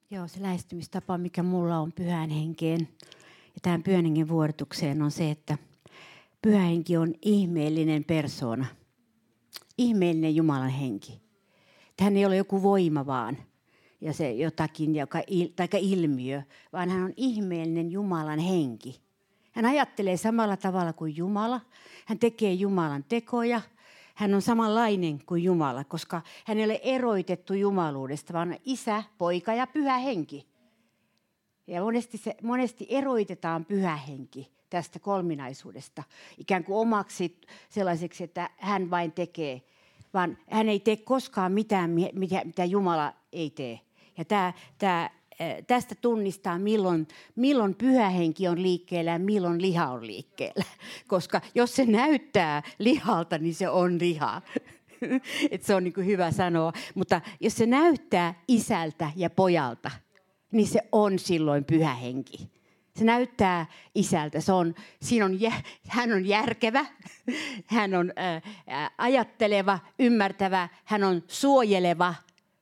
Joo, se lähestymistapa, mikä mulla on Pyhän Henkeen ja tähän Pyhän Hengen vuodatukseen on se, että Pyhä Henki on ihmeellinen persoona. Ihmeellinen Jumalan henki. Hän ei ole joku voima vaan ja se jotakin tai ilmiö, vaan hän on ihmeellinen Jumalan henki. Hän ajattelee samalla tavalla kuin Jumala. Hän tekee Jumalan tekoja. Hän on samanlainen kuin Jumala, koska hän ei ole eroitettu jumaluudesta, vaan Isä, Poika ja Pyhä Henki. Ja monesti eroitetaan Pyhä Henki tästä kolminaisuudesta ikään kuin omaksi sellaiseksi, että hän vain tekee, vaan hän ei tee koskaan mitään, mitä Jumala ei tee. Ja tästä tunnistaa, milloin Pyhä Henki on liikkeellä ja milloin liha on liikkeellä. Koska jos se näyttää lihalta, niin se on liha. Et se on niin kuin hyvä sanoa. Mutta jos se näyttää Isältä ja Pojalta, niin se on silloin Pyhä Henki. Se näyttää Isältä. Hän on järkevä, hän on ajatteleva, ymmärtävä, hän on suojeleva.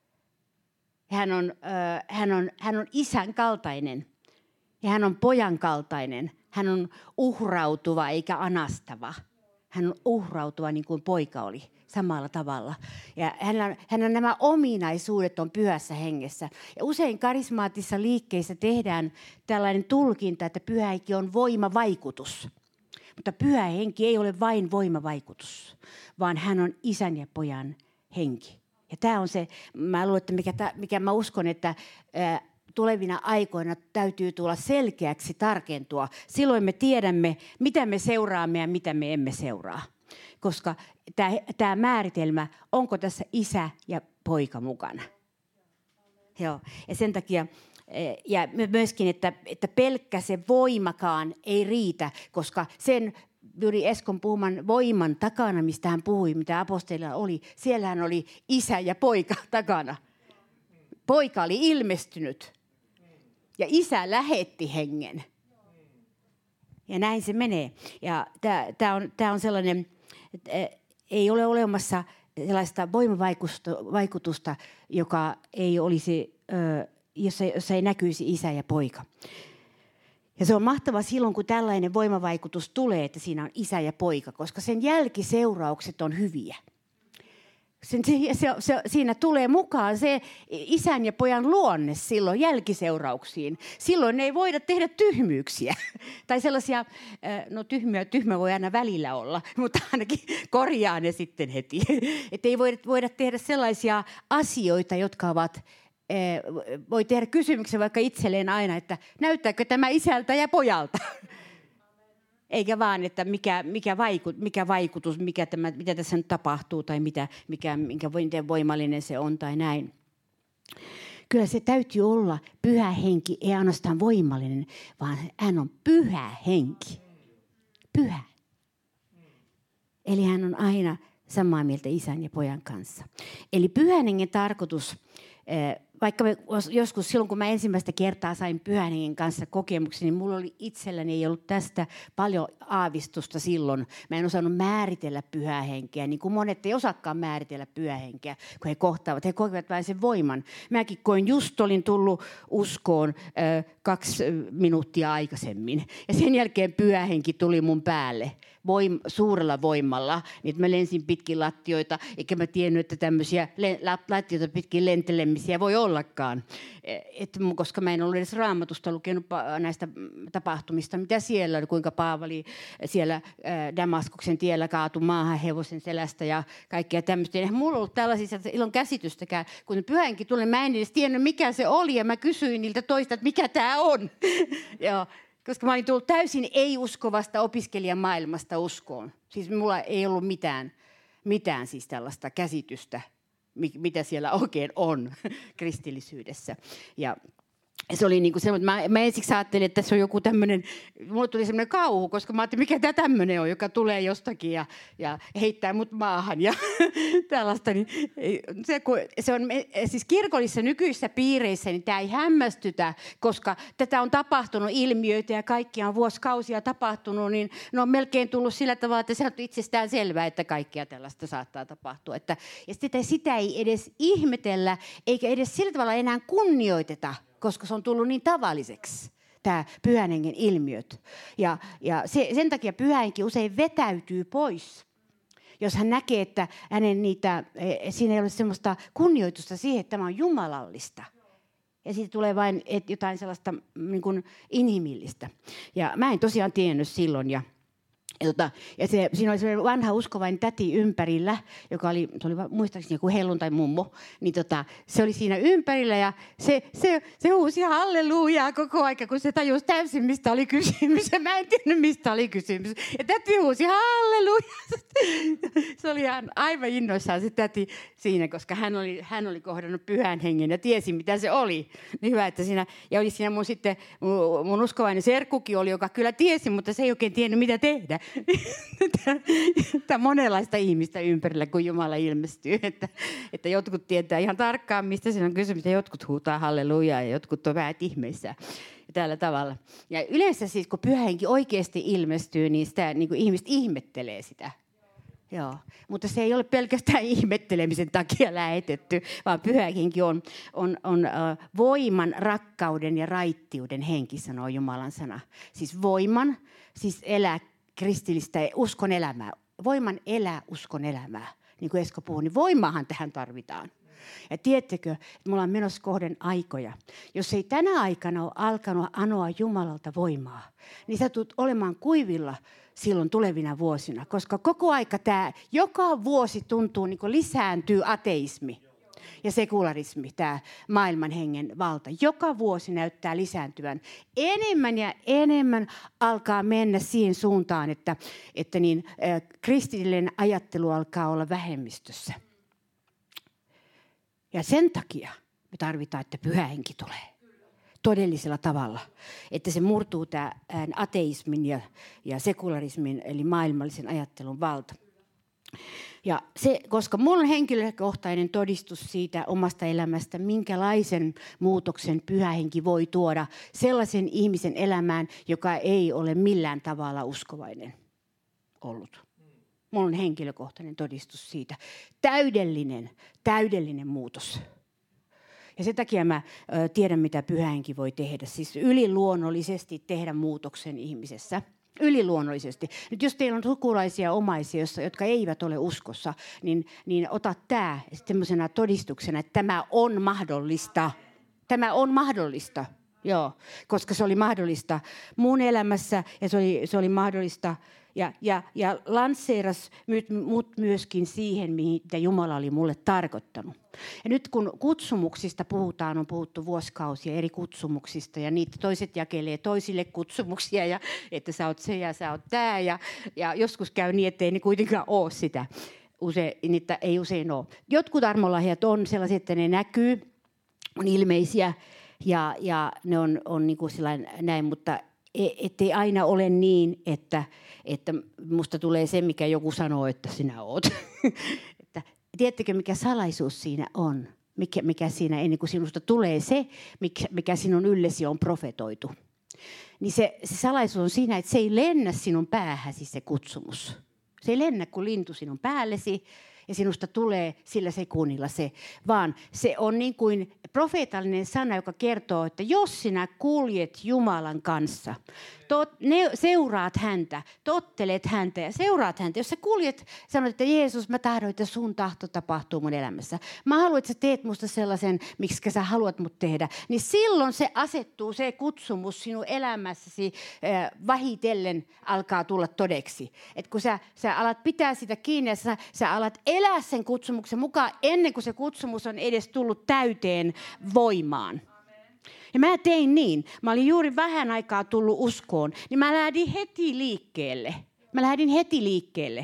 Hän on Isän kaltainen ja hän on Pojan kaltainen. Hän on uhrautuva eikä anastava. Hän on uhrautuva niin kuin Poika oli samalla tavalla. Ja hänellä nämä ominaisuudet on Pyhässä Hengessä. Ja usein karismaattisissa liikkeissä tehdään tällainen tulkinta, että Pyhä Henki on voimavaikutus. Mutta Pyhä Henki ei ole vain voimavaikutus, vaan hän on Isän ja Pojan henki. Ja tämä on se, mä luulen, että mikä mä uskon, että tulevina aikoina täytyy tulla selkeäksi tarkentua. Silloin me tiedämme, mitä me seuraamme ja mitä me emme seuraa. Koska tämä määritelmä, onko tässä Isä ja Poika mukana. Joo. Ja sen takia, ja myöskin, että pelkkä se voimakaan ei riitä, koska sen juuri Eskon puhuman voiman takana, mistä hän puhui, mitä apostolilla oli, siellähän oli Isä ja Poika takana. Poika oli ilmestynyt ja Isä lähetti hengen. Ja näin se menee. Ja tämä on sellainen, että ei ole olemassa sellaista voimavaikutusta, joka ei olisi, jossa ei näkyisi Isä ja Poika. Ja se on mahtava silloin, kun tällainen voimavaikutus tulee, että siinä on Isä ja Poika, koska sen jälkiseuraukset on hyviä. Siinä tulee mukaan se Isän ja Pojan luonne silloin jälkiseurauksiin. Silloin ei voida tehdä tyhmyyksiä. Tai sellaisia, no tyhmä voi aina välillä olla, mutta ainakin korjaa ne sitten heti. Että ei voida tehdä sellaisia asioita, jotka ovat... Voi tehdä kysymyksen vaikka itselleen aina, että näyttääkö tämä Isältä ja Pojalta? Eikä vaan, että mikä vaikutus, mitä tässä nyt tapahtuu tai miten voimallinen se on tai näin. Kyllä se täytyy olla Pyhä Henki, ei ainoastaan voimallinen, vaan hän on Pyhä Henki. Pyhä. Eli hän on aina samaa mieltä Isän ja Pojan kanssa. Eli Pyhän Hengen tarkoitus... Vaikka joskus silloin, kun mä ensimmäistä kertaa sain Pyhän Hengen kanssa kokemuksia, niin mulla oli itselläni ei ollut tästä paljon aavistusta silloin. Mä en osannut määritellä Pyhää Henkeä, niin kuin monet ei osaakaan määritellä Pyhää Henkeä, kun he kohtaavat. He kokevat vain sen voiman. Mäkin olin tullut uskoon 2 minuuttia aikaisemmin. Ja sen jälkeen Pyhä Henki tuli mun päälle suurella voimalla. Niin mä lensin pitkin lattioita, eikä mä tiennyt, että tämmöisiä lattioita pitkin lentelemisiä voi ollakaan. Koska mä en ollut edes Raamatusta lukenut näistä tapahtumista, mitä siellä oli, kuinka Paavali siellä Damaskuksen tiellä kaatui maahan hevosen selästä ja kaikkea tämmöistä. Eihän mulla ollut tällaisia ilon käsitystäkään. Kun Pyhä Henki tuli, mä en edes tiennyt, mikä se oli, ja mä kysyin niiltä toista, että mikä tämä on. Joo. Koska mä olin tullut täysin ei-uskovasta opiskelijamaailmasta uskoon. Siis mulla ei ollut mitään siis tällaista käsitystä, mitä siellä oikein on kristillisyydessä. Ja se oli niin kuin semmoinen, että mä ensiksi ajattelin, että tässä on joku tämmöinen, mulle tuli semmoinen kauhu, koska mä ajattelin, mikä tämä tämmöinen on, joka tulee jostakin ja heittää mut maahan ja tällaista. Niin se on siis kirkollisissa nykyisissä piireissä, niin tämä ei hämmästytä, koska tätä on tapahtunut ilmiöitä ja kaikkia on vuosikausia tapahtunut, niin ne on melkein tullut sillä tavalla, että se on itsestään selvää, että kaikkea tällaista saattaa tapahtua. Ja sitä ei edes ihmetellä, eikä edes sillä tavalla enää kunnioiteta koska se on tullut niin tavalliseksi, tämä pyhän hengen ilmiöt. Ja sen takia pyhä henki usein vetäytyy pois, jos hän näkee, että siinä ei ole semmoista kunnioitusta siihen, että tämä on jumalallista. Ja siitä tulee vain jotain sellaista niin kuin inhimillistä. Ja mä en tosiaan tiennyt silloin. Siinä oli sellainen vanha uskovainen täti ympärillä, joka oli muistaakseni joku helluntai-mummo. Niin se oli siinä ympärillä ja se huusi halleluujaa koko aika, kun se tajusi täysin, mistä oli kysymys. Ja mä en tiennyt, mistä oli kysymys. Ja täti huusi halleluujaa. Se oli aivan innoissaan se täti siinä, koska hän oli kohdannut pyhän hengen ja tiesi, mitä se oli. Niin hyvä, että siinä, ja oli siinä mun uskovainen serkkukin oli, joka kyllä tiesi, mutta se ei oikein tiennyt, mitä tehdä. Tämä monenlaista ihmistä ympärillä, kun Jumala ilmestyy. Että jotkut tietää ihan tarkkaan, mistä siinä on kysymys. Ja jotkut huutaa hallelujaa ja jotkut on vähän ihmeissä. Ja tällä tavalla. Ja yleensä siis, kun pyhä henki oikeasti ilmestyy, niin sitä niin kuin ihmiset ihmettelee sitä. Joo. Mutta se ei ole pelkästään ihmettelemisen takia lähetetty, vaan pyhä henki on voiman, rakkauden ja raittiuden henki, sanoo Jumalan sana. Siis voiman, siis elää kristillistä uskon elämää. Voiman elää uskon elämää. Niin kuin Esko puhui, niin voimaahan tähän tarvitaan. Ja tiedättekö, että me ollaan menossa kohden aikoja. Jos ei tänä aikana ole alkanut anoa Jumalalta voimaa, niin sä tulet olemaan kuivilla silloin tulevina vuosina. Koska koko aika joka vuosi tuntuu niin kuin lisääntyy ateismi ja sekularismi, tämä maailman hengen valta. Joka vuosi näyttää lisääntyvän. Enemmän ja enemmän alkaa mennä siihen suuntaan, että kristillinen ajattelu alkaa olla vähemmistössä. Ja sen takia me tarvitaan, että pyhä henki tulee todellisella tavalla. Että se murtuu tämä ateismin ja sekularismin, eli maailmallisen ajattelun valta. Ja koska minulla on henkilökohtainen todistus siitä omasta elämästä, minkälaisen muutoksen pyhä henki voi tuoda sellaisen ihmisen elämään, joka ei ole millään tavalla uskovainen ollut. Minulla on henkilökohtainen todistus siitä. Täydellinen muutos. Ja sen takia mä tiedän, mitä pyhä henki voi tehdä. Siis yliluonnollisesti tehdä muutoksen ihmisessä. Yliluonnollisesti. Nyt jos teillä on sukulaisia omaisia, jotka eivät ole uskossa, niin ota tämä semmoisena todistuksena, että tämä on mahdollista. Tämä on mahdollista. Joo, koska se oli mahdollista mun elämässä ja se oli mahdollista ja lanseeras mut myöskin siihen, mitä Jumala oli mulle tarkoittanut. Ja nyt kun kutsumuksista puhutaan, on puhuttu vuosikausia eri kutsumuksista ja niitä toiset jakelee toisille kutsumuksia ja että sä oot se ja sä oot tää ja joskus käy niin, ettei ne kuitenkaan ole sitä. Niitä ei usein ole. Jotkut armolahjat on sellaisia, että ne näkyy, on ilmeisiä ja ne on niin kuin näin, mutta ettei aina ole niin, että musta tulee se, mikä joku sanoo, että sinä oot. Tiedättekö, mikä salaisuus siinä on? Mikä siinä ennen kuin sinusta tulee se, mikä sinun yllesi on profetoitu. Niin se salaisuus on siinä, että se ei lennä sinun päähäsi se kutsumus. Se ei lennä kuin lintu sinun päällesi ja sinusta tulee sillä sekunnilla se. Vaan se on niin kuin profeetallinen sana, joka kertoo, että jos sinä kuljet Jumalan kanssa, seuraat häntä, tottelet häntä ja seuraat häntä. Jos sä kuljet, sanot, että Jeesus, mä tahdon, että sun tahto tapahtuu mun elämässä. Mä haluan, että sä teet musta sellaisen, miksi sä haluat mut tehdä. Niin silloin se asettuu, se kutsumus sinun elämässäsi vähitellen alkaa tulla todeksi. Että kun sä alat pitää sitä kiinni ja sä alat elää sen kutsumuksen mukaan ennen kuin se kutsumus on edes tullut täyteen voimaan. Ja mä tein niin. Mä olin juuri vähän aikaa tullut uskoon, niin mä lähdin heti liikkeelle.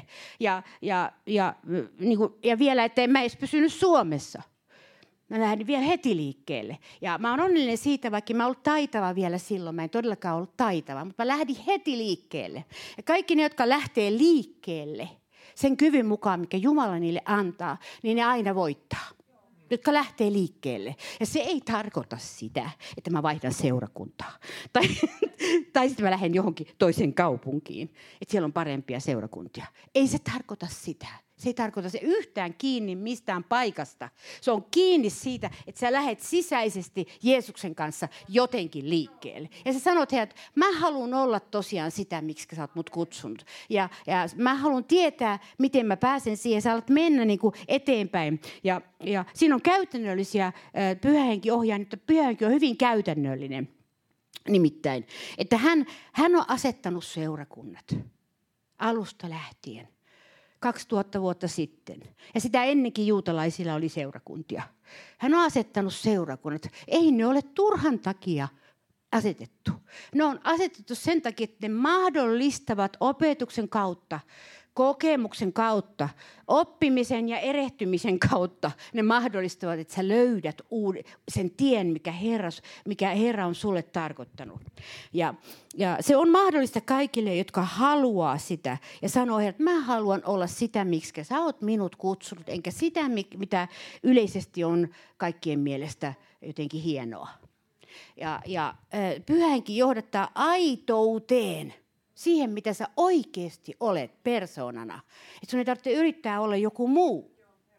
Ja vielä, että en mä edes pysynyt Suomessa. Mä lähdin vielä heti liikkeelle. Ja mä oon onnellinen siitä, vaikka mä ollut taitava vielä silloin. Mä en todellakaan ollut taitava, mutta mä lähdin heti liikkeelle. Ja kaikki ne, jotka lähtee liikkeelle sen kyvyn mukaan, mikä Jumala niille antaa, niin ne aina voittaa. Jotka lähtee liikkeelle. Ja se ei tarkoita sitä, että mä vaihdan seurakuntaa. Tai sitten mä lähden johonkin toiseen kaupunkiin, että siellä on parempia seurakuntia. Ei se tarkoita sitä. Se ei tarkoita se yhtään kiinni mistään paikasta. Se on kiinni siitä, että sä lähdet sisäisesti Jeesuksen kanssa jotenkin liikkeelle. Ja sä sanot, että mä haluan olla tosiaan sitä, miksi sä oot mut kutsunut. Ja mä haluan tietää, miten mä pääsen siihen. Sä alat mennä niin kuin eteenpäin. Ja siinä on käytännöllisiä Pyhä Henki ohjaa, että Pyhä Henki on hyvin käytännöllinen. Nimittäin, että hän on asettanut seurakunnat alusta lähtien. 2000 vuotta sitten. Ja sitä ennenkin juutalaisilla oli seurakuntia. Hän on asettanut seurakunnat. Ei ne ole turhan takia asetettu. Ne on asetettu sen takia, että ne mahdollistavat opetuksen kautta, kokemuksen kautta, oppimisen ja erehtymisen kautta. Ne mahdollistavat, että sä löydät sen tien, mikä Herra on sulle tarkoittanut. Ja se on mahdollista kaikille, jotka haluaa sitä ja sanoo, että mä haluan olla sitä, miksi sä oot minut kutsunut, enkä sitä, mitä yleisesti on kaikkien mielestä jotenkin hienoa. Ja Pyhä Henki johdattaa aitouteen. Siihen, mitä sä oikeasti olet persoonana. Että sun ei tarvitse yrittää olla joku muu.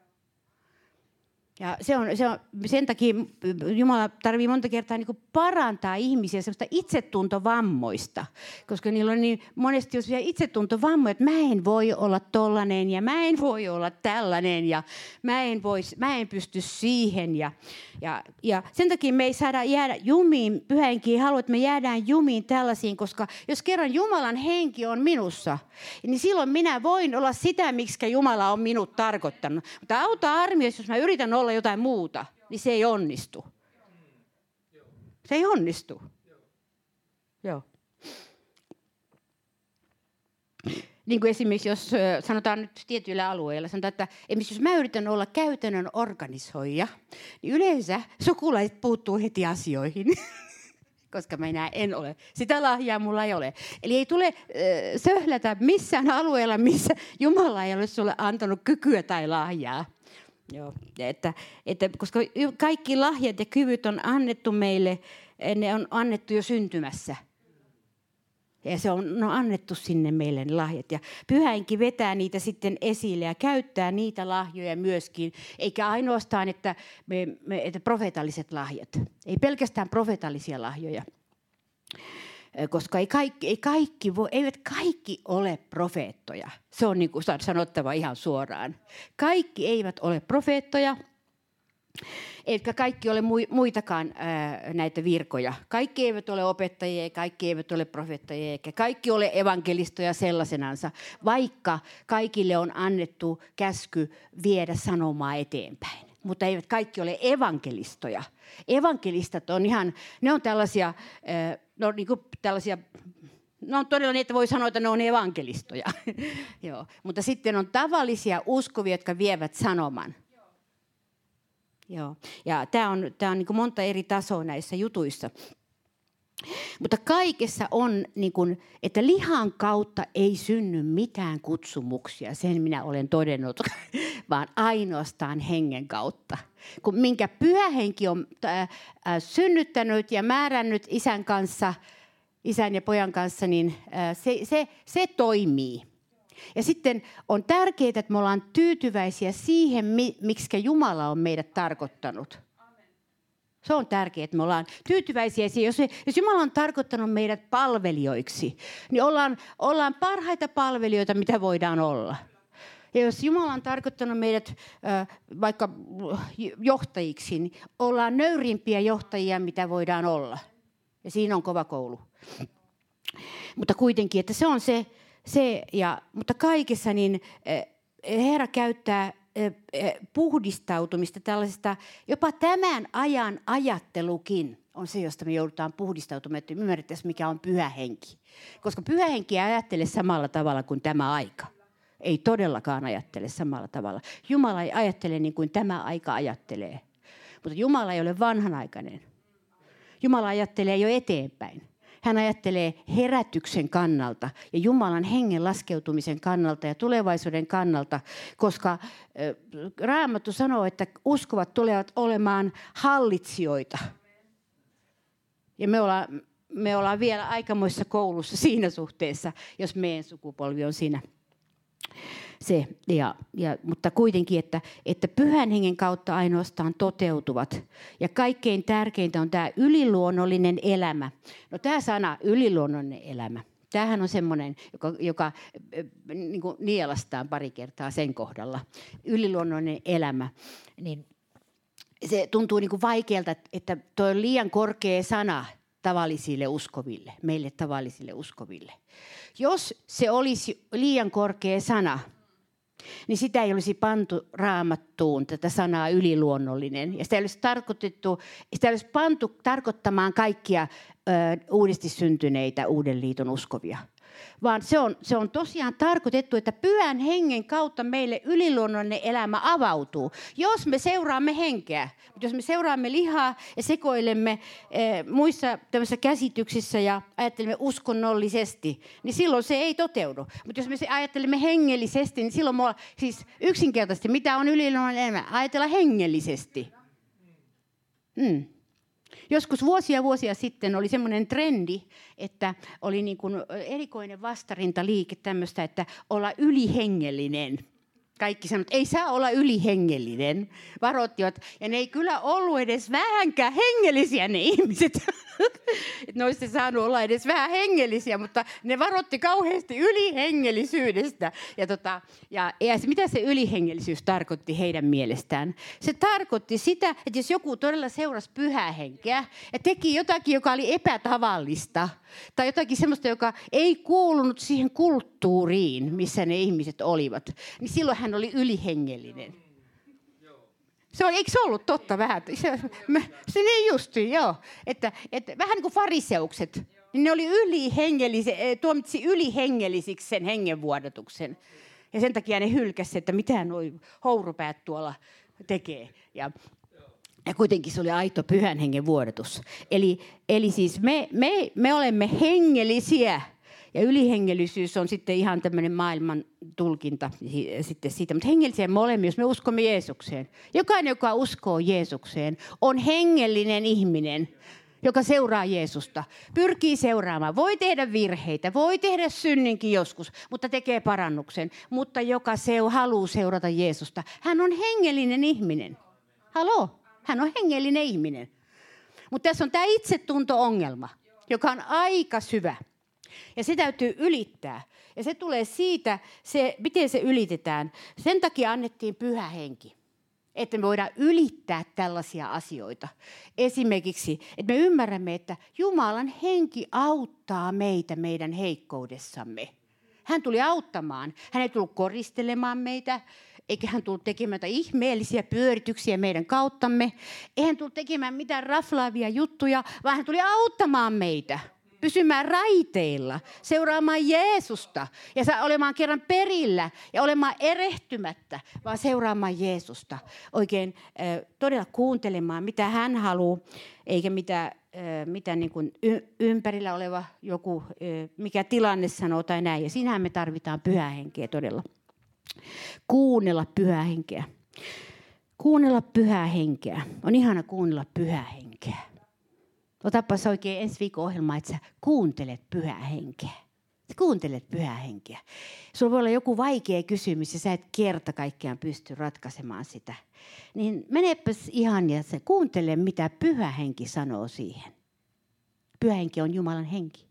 Ja se on sen takia Jumala tarvitsee monta kertaa niin kuin parantaa ihmisiä semmoista itsetuntovammoista. Koska niillä on niin monesti jos itsetuntovammoja, että mä en voi olla tollainen ja mä en voi olla tällainen ja mä en pysty siihen. Ja sen takia me ei saada jäädä jumiin. Pyhä Henki ei halua, että me jäädään jumiin tällaisiin, koska jos kerran Jumalan henki on minussa, niin silloin minä voin olla sitä, miksi Jumala on minut tarkoittanut. Mutta auta armias, jos mä yritän olla jotain muuta, niin se ei onnistu. Se ei onnistu. Joo. Niin kuin esimerkiksi, jos sanotaan nyt tietyillä alueilla, sanotaan, että esimerkiksi jos mä yritän olla käytännön organisoija, niin yleensä sukulaiset puuttuu heti asioihin, koska mä enää en ole. Sitä lahjaa mulla ei ole. Eli ei tule söhlätä missään alueella, missä Jumala ei ole sulle antanut kykyä tai lahjaa. Joo, että koska kaikki lahjat ja kyvyt on annettu meille, ne on annettu jo syntymässä. Ja se on annettu sinne meille ne lahjat. Ja Pyhä Henki vetää niitä sitten esille ja käyttää niitä lahjoja myöskin. Eikä ainoastaan, että profeetalliset lahjat. Ei pelkästään profeetallisia lahjoja. Koska eivät kaikki ole profeettoja. Se on niin kuin sanottava ihan suoraan. Kaikki eivät ole profeettoja. Eikä kaikki ole muitakaan näitä virkoja. Kaikki eivät ole opettajia, kaikki eivät ole profeettajia, eikä kaikki ole evankelistoja sellaisenansa, vaikka kaikille on annettu käsky viedä sanomaa eteenpäin. Mutta eivät kaikki ole evankelistoja. Evankelistat on ne on tällaisia, ne on todella niin, että voi sanoa, että ne on evankelistoja. Joo. Mutta sitten on tavallisia uskovia, jotka vievät sanoman. Joo. Ja tämä on niin kuin monta eri tasoa näissä jutuissa. Mutta kaikessa on, niin kuin, että lihan kautta ei synny mitään kutsumuksia. Sen minä olen todennut, vaan ainoastaan hengen kautta. Minkä Pyhä Henki on synnyttänyt ja määrännyt isän ja pojan kanssa, niin se toimii. Ja sitten on tärkeää, että me ollaan tyytyväisiä siihen, miksi Jumala on meidät tarkoittanut. Se on tärkeää, että me ollaan tyytyväisiä siihen. Jos Jumala on tarkoittanut meidät palvelijoiksi, niin ollaan parhaita palvelijoita, mitä voidaan olla. Ja jos Jumala on tarkoittanut meidät vaikka johtajiksi, niin ollaan nöyrimpiä johtajia, mitä voidaan olla. Ja siinä on kova koulu. Mutta kuitenkin, että se on mutta kaikessa niin Herra käyttää puhdistautumista tällaisesta, jopa tämän ajan ajattelukin on se, josta me joudutaan puhdistautumaan, että ymmärrettäisiin, mikä on Pyhä Henki. Koska Pyhä Henki ei ajattele samalla tavalla kuin tämä aika. Ei todellakaan ajattele samalla tavalla. Jumala ei ajattele niin kuin tämä aika ajattelee. Mutta Jumala ei ole vanhanaikainen. Jumala ajattelee jo eteenpäin. Hän ajattelee herätyksen kannalta ja Jumalan hengen laskeutumisen kannalta ja tulevaisuuden kannalta, koska Raamattu sanoo, että uskovat tulevat olemaan hallitsijoita. Ja me ollaan vielä aikamoissa koulussa siinä suhteessa, jos meidän sukupolvi on siinä. Mutta kuitenkin, että pyhän hengen kautta ainoastaan toteutuvat. Ja kaikkein tärkeintä on tämä yliluonnollinen elämä. No tämä sana yliluonnollinen elämä. Tämähän on semmoinen, joka niin kuin nielastaan pari kertaa sen kohdalla. Yliluonnollinen elämä. Niin se tuntuu niin kuin vaikealta, että tuo on liian korkea sana tavallisille uskoville, meille tavallisille uskoville. Jos se olisi liian korkea sana, niin sitä ei olisi pantu Raamattuun, tätä sanaa yliluonnollinen. Ja sitä ei olisi pantu tarkoittamaan kaikkia uudesti syntyneitä uuden liiton uskovia. Vaan se on tosiaan tarkoitettu, että pyhän hengen kautta meille yliluonnollinen elämä avautuu. Jos me seuraamme henkeä, mutta jos me seuraamme lihaa ja sekoilemme muissa tämmöisissä käsityksissä ja ajattelemme uskonnollisesti, niin silloin se ei toteudu. Mutta jos me ajattelemme hengellisesti, niin silloin siis yksinkertaisesti, mitä on yliluonnollinen elämä? Ajatella hengellisesti. Joskus vuosia sitten oli semmoinen trendi, että oli niin kuin erikoinen vastarintaliike tämmöistä, että olla ylihengellinen. Kaikki sanoivat, että ei saa olla ylihengellinen, varoittivat. Ja ne ei kyllä ollut edes vähänkään hengellisiä ne ihmiset. Ne olisivat saanut olla edes vähän hengellisiä, mutta ne varoitti kauheasti ylihengellisyydestä. Ja mitä se ylihengellisyys tarkoitti heidän mielestään? Se tarkoitti sitä, että jos joku todella seurasi pyhää henkeä ja teki jotakin, joka oli epätavallista, tai jotakin sellaista, joka ei kuulunut siihen kulttuuriin, missä ne ihmiset olivat, niin silloin hän oli ylihengellinen. Eikö se ollut totta vähän? Se niin justiin, joo. Että vähän niin kuin fariseukset, niin ne oli tuomitsi ylihengellisiksi sen hengenvuodatuksen. Ja sen takia ne hylkäsi, että mitä nuo hourupäät tuolla tekee. Ja kuitenkin se oli aito pyhän hengen vuodatus. Eli siis me olemme hengellisiä. Ja ylihengellisyys on sitten ihan tämmöinen maailman tulkinta sitten siitä. Mutta hengellisiä me olemme, jos me uskomme Jeesukseen. Jokainen, joka uskoo Jeesukseen, on hengellinen ihminen, joka seuraa Jeesusta. Pyrkii seuraamaan. Voi tehdä virheitä, voi tehdä synninkin joskus, mutta tekee parannuksen. Mutta joka haluaa seurata Jeesusta. Hän on hengellinen ihminen. Haloo? Hän on hengellinen ihminen. Mutta tässä on tämä itsetunto-ongelma, joka on aika syvä. Ja se täytyy ylittää. Ja se tulee siitä, miten se ylitetään. Sen takia annettiin pyhä henki, että me voidaan ylittää tällaisia asioita. Esimerkiksi, että me ymmärrämme, että Jumalan henki auttaa meitä meidän heikkoudessamme. Hän tuli auttamaan. Hän ei tullut koristelemaan meitä, eikä hän tullut tekemään ihmeellisiä pyörityksiä meidän kauttamme. Ei hän tullut tekemään mitään raflaavia juttuja, vaan hän tuli auttamaan meitä. Pysymään raiteilla, seuraamaan Jeesusta ja olemaan kerran perillä ja olemaan erehtymättä, vaan seuraamaan Jeesusta. Oikein todella kuuntelemaan, mitä hän haluaa, eikä mitä niin kuin ympärillä oleva joku, mikä tilanne sanoo tai näin. Ja siinähän me tarvitaan pyhää henkeä todella. Kuunnella pyhää henkeä. Kuunnella pyhää henkeä. On ihana kuunnella pyhää henkeä. Otapas oikein ensi viikon ohjelma, että sä kuuntelet pyhää henkeä. Sä kuuntelet pyhää henkeä. Sulla voi olla joku vaikea kysymys ja sä et kerta kaikkiaan pysty ratkaisemaan sitä. Niin menepäs ihan ja sä kuuntele, mitä pyhä henki sanoo siihen. Pyhä henki on Jumalan henki.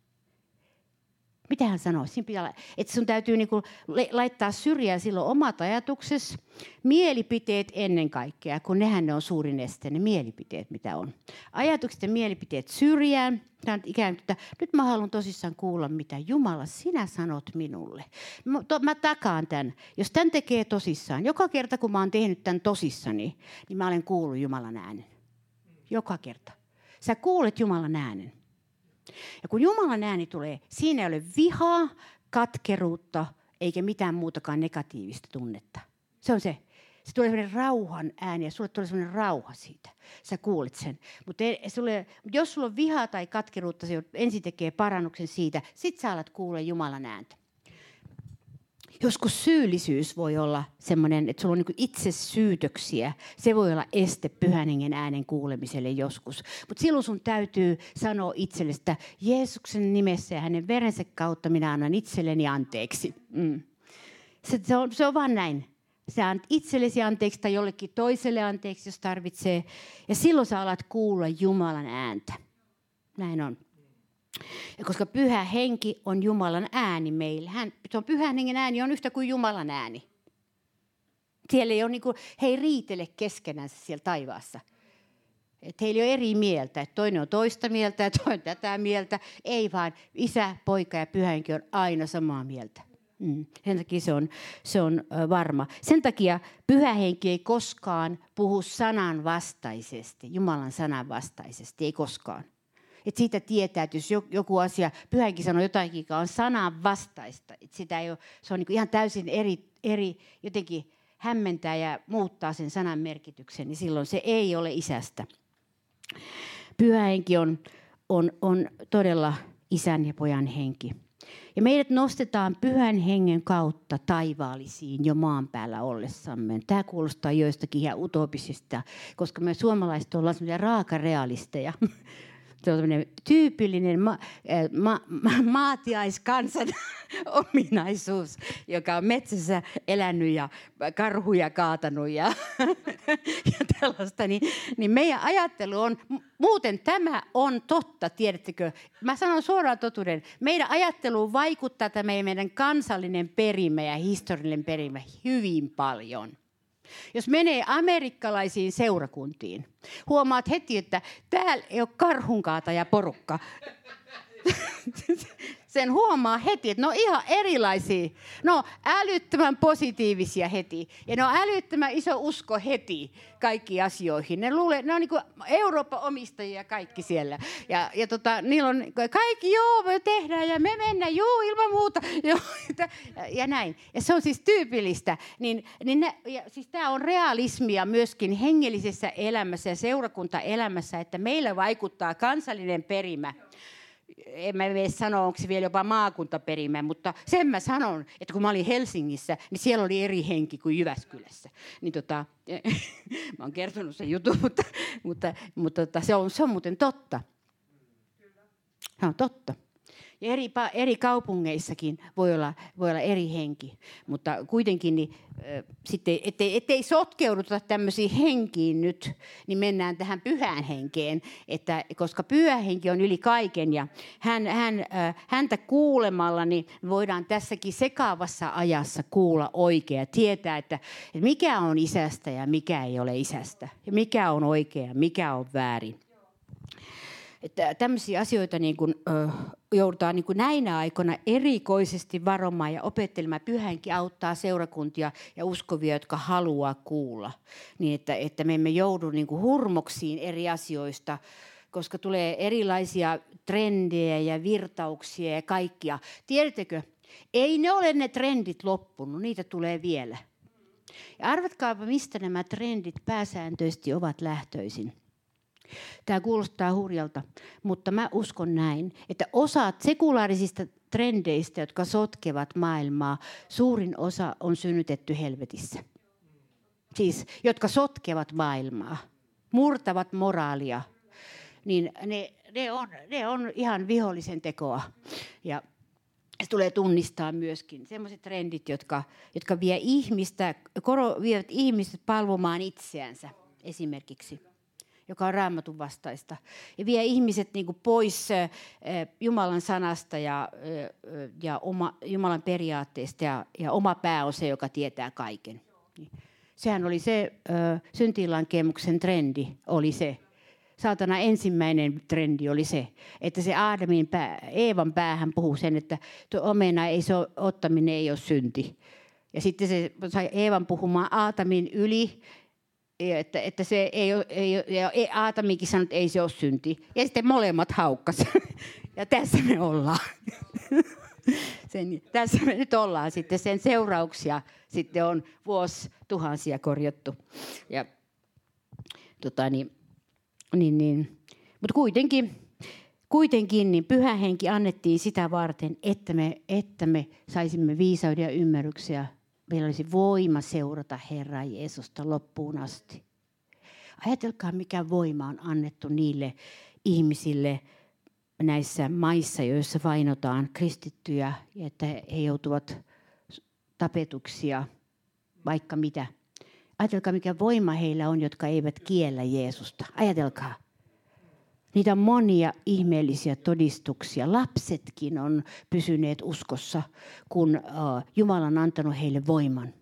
Mitä hän sanoo? Että sun täytyy niinku laittaa syrjään silloin omat ajatuksesi, mielipiteet ennen kaikkea, kun nehän ne on suurin este, ne mielipiteet, mitä on. Ajatukset ja mielipiteet syrjään. Tämä on ikään kuin, että nyt mä haluan tosissaan kuulla, mitä Jumala sinä sanot minulle. Mä takaan tämän. Jos tämän tekee tosissaan, joka kerta kun mä oon tehnyt tämän tosissani, niin mä olen kuullut Jumalan äänen. Joka kerta. Sä kuulet Jumalan äänen. Ja kun Jumalan ääni tulee, siinä ei ole vihaa, katkeruutta eikä mitään muutakaan negatiivista tunnetta. Se on se. Se tulee sellainen rauhan ääni ja sulle tulee sellainen rauha siitä. Sä kuulet sen. Mutta jos sulla on vihaa tai katkeruutta, se ensin tekee parannuksen siitä. Sitten sä alat kuulla Jumalan ääntä. Joskus syyllisyys voi olla semmoinen, että sulla on niin itsesyytöksiä. Se voi olla este pyhän hengen äänen kuulemiselle joskus. Mutta silloin sun täytyy sanoa itsellesi, että Jeesuksen nimessä ja hänen verensä kautta minä annan itselleni anteeksi. Se on vaan näin. Sä annat itsellesi anteeksi tai jollekin toiselle anteeksi, jos tarvitsee. Ja silloin sä alat kuulla Jumalan ääntä. Näin on. Ja koska Pyhä Henki on Jumalan ääni meillä. Tuon Pyhän Hengen ääni on yhtä kuin Jumalan ääni. Siellä ei ole he ei riitele keskenänsä siellä taivaassa. Että heillä ei ole eri mieltä. Että toinen on toista mieltä ja toinen tätä mieltä. Ei vaan Isä, Poika ja Pyhä Henki on aina samaa mieltä. Sen takia se on varma. Sen takia Pyhä Henki ei koskaan puhu sanan vastaisesti, Jumalan sanan vastaisesti, ei koskaan. Et siitä tietää, että jos joku asia, Pyhä Henki sanoo jotakin, joka on sanan vastaista, että sitä ei ole, se on niin kuin ihan täysin eri jotenkin hämmentää ja muuttaa sen sanan merkityksen, niin silloin se ei ole Isästä. Pyhä Henki on todella Isän ja Pojan henki. Ja meidät nostetaan Pyhän Hengen kautta taivaallisiin jo maan päällä ollessamme. Tämä kuulostaa joistakin ihan utopisista, koska me suomalaiset ollaan sellaisia raakarealisteja. Se on tämmöinen tyypillinen maatiaiskansan ominaisuus, joka on metsässä elänyt ja karhuja kaatanut ja tällaista. Niin meidän ajattelu on, muuten tämä on totta, tiedättekö? Mä sanon suoraan totuuden. Meidän ajatteluun vaikuttaa tämä meidän kansallinen perimä ja historiallinen perimä hyvin paljon. Jos menee amerikkalaisiin seurakuntiin, huomaat heti, että täällä ei ole karhunkaataja porukka. Sen huomaa heti, että ne on ihan erilaisia. Ne on älyttömän positiivisia heti. Ja ne on älyttömän iso usko heti kaikkiin asioihin. Ne on niin kuin Euroopan omistajia kaikki siellä. Ja niillä on kaikki, joo, me tehdään ja me mennään, joo, ilman muuta. Joo, ja näin. Ja se on siis tyypillistä. Siis tämä on realismia myöskin hengellisessä elämässä ja seurakuntaelämässä, että meillä vaikuttaa kansallinen perimä. En mä mene sanoa, onko se vielä jopa maakuntaperimä, mutta sen mä sanon, että kun mä olin Helsingissä, niin siellä oli eri henki kuin Jyväskylässä. Niin mä oon kertonut sen jutun, mutta se on muuten totta. Se on totta. Ja eri kaupungeissakin voi olla eri henki, mutta kuitenkin sitten, ettei sotkeuduta tämmöisiin henkiin nyt, niin mennään tähän Pyhään Henkeen, koska Pyhä Henki on yli kaiken ja häntä kuulemalla niin voidaan tässäkin sekaavassa ajassa kuulla oikein ja tietää, että mikä on Isästä ja mikä ei ole Isästä ja mikä on oikein ja mikä on väärin. Että tämmöisiä asioita joudutaan näinä aikoina erikoisesti varomaan ja opettelemaan. Pyhä Henki auttaa seurakuntia ja uskovia, jotka haluaa kuulla. Niin että me emme joudu hurmoksiin eri asioista, koska tulee erilaisia trendejä ja virtauksia ja kaikkia. Tiedättekö, ei ne ole ne trendit loppunut, niitä tulee vielä. Ja arvatkaapa, mistä nämä trendit pääsääntöisesti ovat lähtöisin. Tämä kuulostaa hurjalta, mutta mä uskon näin, että osa sekulaarisista trendeistä, jotka sotkevat maailmaa, suurin osa on synnytetty helvetissä. Siis, jotka sotkevat maailmaa, murtavat moraalia, niin ne on ihan vihollisen tekoa. Ja se tulee tunnistaa myöskin sellaiset trendit, jotka vievät ihmiset palvomaan itseänsä esimerkiksi, joka on Raamatun vastaista. Ja vie ihmiset pois Jumalan sanasta ja Jumalan periaatteesta ja oma pää on se, joka tietää kaiken. Sehän oli se syntiinlankeemuksen trendi, oli se. Saatana ensimmäinen trendi oli se, että se Eevan päähän puhuu sen, että tuo omena ottaminen ei ole synti. Ja sitten se sai Eevan puhumaan Aatamin yli, että se ei ole, ja Aatamikin sanoi, että ei se ole synti. Ja sitten molemmat haukkas. Ja tässä me ollaan. Tässä me nyt ollaan sitten. Sen seurauksia sitten on vuosituhansia korjattu. Ja, mutta kuitenkin niin Pyhä Henki annettiin sitä varten, että me saisimme viisauden ja ymmärryksiä. Meillä olisi voima seurata Herraa Jeesusta loppuun asti. Ajatelkaa, mikä voima on annettu niille ihmisille näissä maissa, joissa vainotaan kristittyjä, että he joutuvat tapetuksia, vaikka mitä. Ajatelkaa, mikä voima heillä on, jotka eivät kiellä Jeesusta. Ajatelkaa. Niitä on monia ihmeellisiä todistuksia. Lapsetkin on pysyneet uskossa, kun Jumala on antanut heille voiman.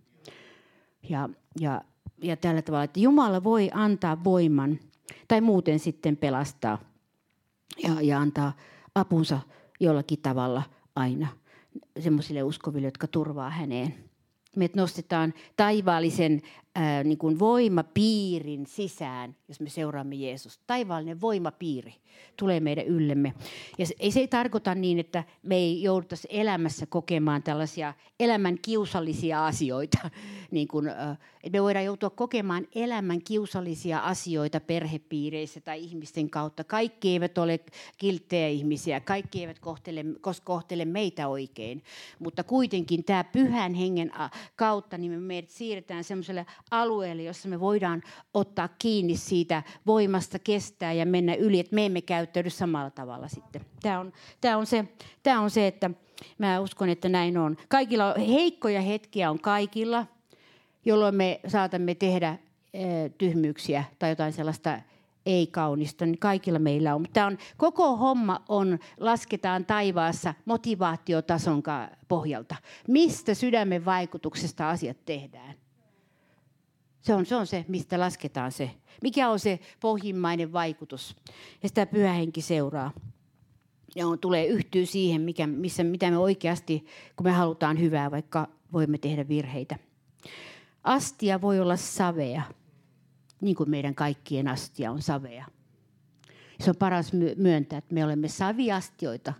Ja tällä tavalla, että Jumala voi antaa voiman tai muuten sitten pelastaa ja antaa apunsa jollakin tavalla aina semmoisille uskoville, jotka turvaa häneen. Meidät nostetaan taivaallisen niin kuin voimapiirin sisään, jos me seuraamme Jeesusta. Taivaallinen voimapiiri tulee meidän yllemme. Ja se ei tarkoita niin, että me ei jouduttaisi elämässä kokemaan tällaisia elämän kiusallisia asioita. Niin kuin, että me voidaan joutua kokemaan elämän kiusallisia asioita perhepiireissä tai ihmisten kautta. Kaikki eivät ole kilttejä ihmisiä, kaikki eivät kohtele meitä oikein. Mutta kuitenkin tämä pyhän hengen kautta niin me meidät siirretään semmoiselle alueelle, jossa me voidaan ottaa kiinni siitä voimasta, kestää ja mennä yli, että me emme käyttäydy samalla tavalla sitten. Tämä on se, että mä uskon, että näin on. Kaikilla heikkoja hetkiä on kaikilla, jolloin me saatamme tehdä tyhmyyksiä tai jotain sellaista ei-kaunista, niin kaikilla meillä on. Tämä on, koko homma lasketaan taivaassa motivaatiotason pohjalta. Mistä sydämen vaikutuksesta asiat tehdään? Se on se, mistä lasketaan se. Mikä on se pohjimmainen vaikutus? Ja sitä Pyhä Henki seuraa. Ja yhtyy siihen, mitä me oikeasti, kun me halutaan hyvää, vaikka voimme tehdä virheitä. Astia voi olla savea, niin kuin meidän kaikkien astia on savea. Se on paras myöntää, että me olemme saviastioita,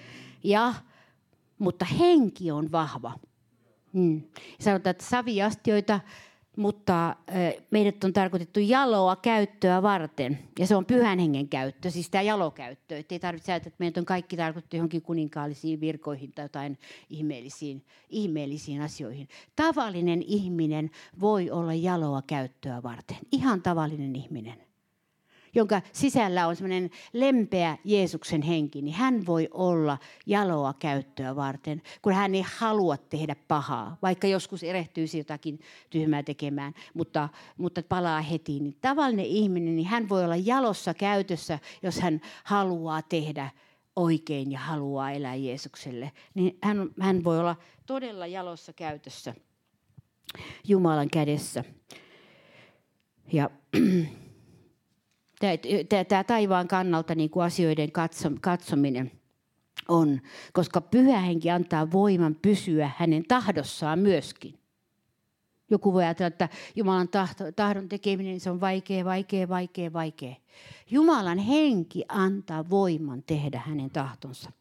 mutta henki on vahva. Sanotaan, että saviastioita, mutta meidät on tarkoitettu jaloa käyttöä varten. Ja se on Pyhän Hengen käyttö, siis tämä jalokäyttö. Että ei tarvitse ajatella, että meidät on kaikki tarkoitettu johonkin kuninkaallisiin virkoihin tai jotain ihmeellisiin asioihin. Tavallinen ihminen voi olla jaloa käyttöä varten. Ihan tavallinen ihminen, jonka sisällä on semmoinen lempeä Jeesuksen henki, niin hän voi olla jaloa käyttöä varten, kun hän ei halua tehdä pahaa, vaikka joskus erehtyisi jotakin tyhmää tekemään, mutta palaa heti. Niin tavallinen ihminen, niin hän voi olla jalossa käytössä, jos hän haluaa tehdä oikein ja haluaa elää Jeesukselle. Niin hän voi olla todella jalossa käytössä Jumalan kädessä. Ja tämä taivaan kannalta niin kuin asioiden katsominen on, koska Pyhä Henki antaa voiman pysyä hänen tahdossaan myöskin. Joku voi ajatella, että Jumalan tahdon tekeminen se on vaikea. Jumalan henki antaa voiman tehdä hänen tahtonsa.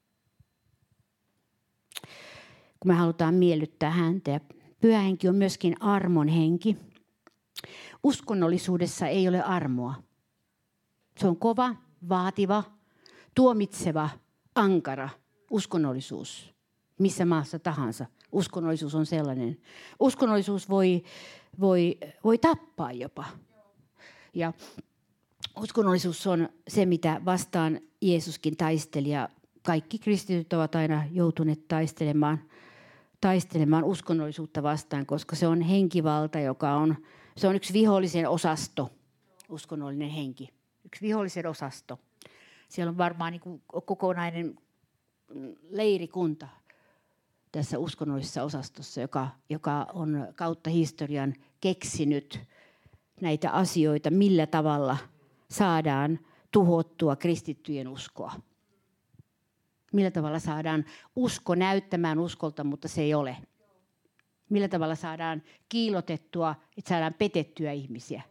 Kun me halutaan miellyttää häntä. Ja Pyhä Henki on myöskin armon henki. Uskonnollisuudessa ei ole armoa. Se on kova, vaativa, tuomitseva, ankara uskonnollisuus. Missä maassa tahansa. Uskonnollisuus on sellainen. Uskonnollisuus voi tappaa jopa. Ja uskonnollisuus on se, mitä vastaan Jeesuskin taisteli. Ja kaikki kristityt ovat aina joutuneet taistelemaan uskonnollisuutta vastaan, koska se on henkivalta, se on yksi vihollisen osasto, uskonnollinen henki. Yksi vihollisen osasto. Siellä on varmaan niin kuin kokonainen leirikunta tässä uskonnollisessa osastossa, joka on kautta historian keksinyt näitä asioita, millä tavalla saadaan tuhottua kristittyjen uskoa. Millä tavalla saadaan usko näyttämään uskolta, mutta se ei ole. Millä tavalla saadaan kiillotettua, että saadaan petettyä ihmisiä.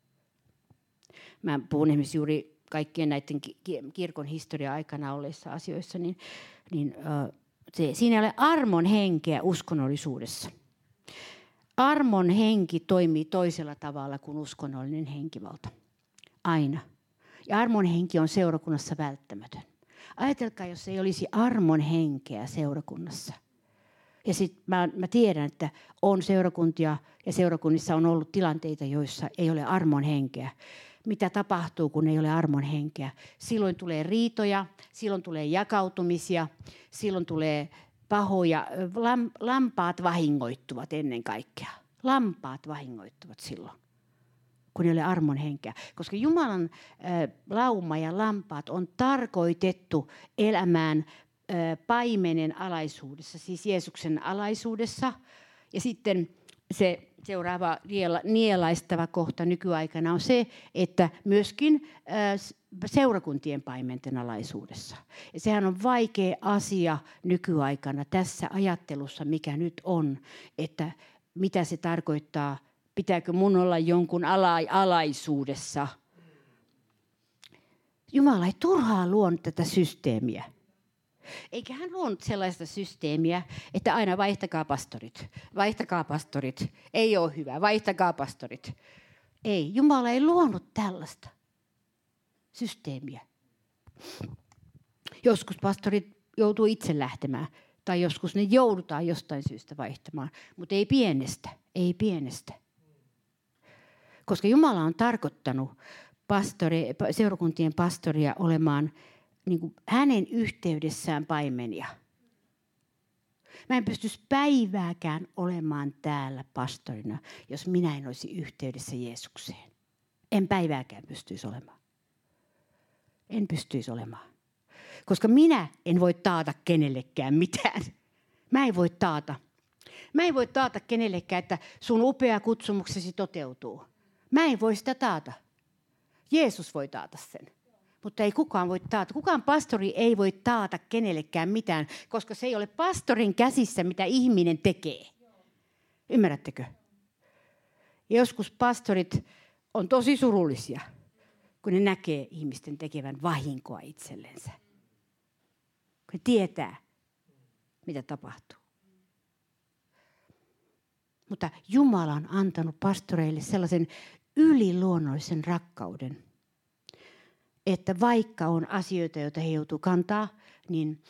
Mä puhun esimerkiksi juuri kaikkien näiden kirkon historian aikana olleissa asioissa, siinä ei ole armon henkeä uskonnollisuudessa. Armon henki toimii toisella tavalla kuin uskonnollinen henkivalta. Aina. Ja armon henki on seurakunnassa välttämätön. Ajatelkaa, jos ei olisi armon henkeä seurakunnassa. Ja sitten mä tiedän, että on seurakuntia ja seurakunnissa on ollut tilanteita, joissa ei ole armon henkeä. Mitä tapahtuu, kun ei ole armon henkeä? Silloin tulee riitoja, silloin tulee jakautumisia, silloin tulee pahoja. Lampaat vahingoittuvat ennen kaikkea. Lampaat vahingoittuvat silloin, kun ei ole armon henkeä. Koska Jumalan lauma ja lampaat on tarkoitettu elämään paimenen alaisuudessa, siis Jeesuksen alaisuudessa. Ja sitten se seuraava nielaistava kohta nykyaikana on se, että myöskin seurakuntien paimenten alaisuudessa. Ja sehän on vaikea asia nykyaikana tässä ajattelussa, mikä nyt on, että mitä se tarkoittaa, pitääkö mun olla jonkun alaisuudessa. Jumala ei turhaan luonut tätä systeemiä. Eikä hän luonut sellaista systeemiä, että aina vaihtakaa pastorit, ei ole hyvä, vaihtakaa pastorit. Ei, Jumala ei luonut tällaista systeemiä. Joskus pastorit joutuu itse lähtemään, tai joskus ne joudutaan jostain syystä vaihtamaan, mutta ei pienestä. Koska Jumala on tarkoittanut seurakuntien pastoria olemaan niin kuin hänen yhteydessään paimenia. Mä en pystyisi päivääkään olemaan täällä pastorina, jos minä en olisi yhteydessä Jeesukseen. En päivääkään pystyisi olemaan. En pystyisi olemaan. Koska minä en voi taata kenellekään mitään. Mä en voi taata kenellekään, että sun upea kutsumuksesi toteutuu. Mä en voi sitä taata. Jeesus voi taata sen. Mutta ei kukaan voi taata. Kukaan pastori ei voi taata kenellekään mitään, koska se ei ole pastorin käsissä, mitä ihminen tekee. Ymmärrättekö? Ja joskus pastorit on tosi surullisia, kun ne näkee ihmisten tekevän vahinkoa itsellensä. Kun ne tietää, mitä tapahtuu. Mutta Jumala on antanut pastoreille sellaisen yliluonnollisen rakkauden, että vaikka on asioita, joita he joutuu kantaa, niin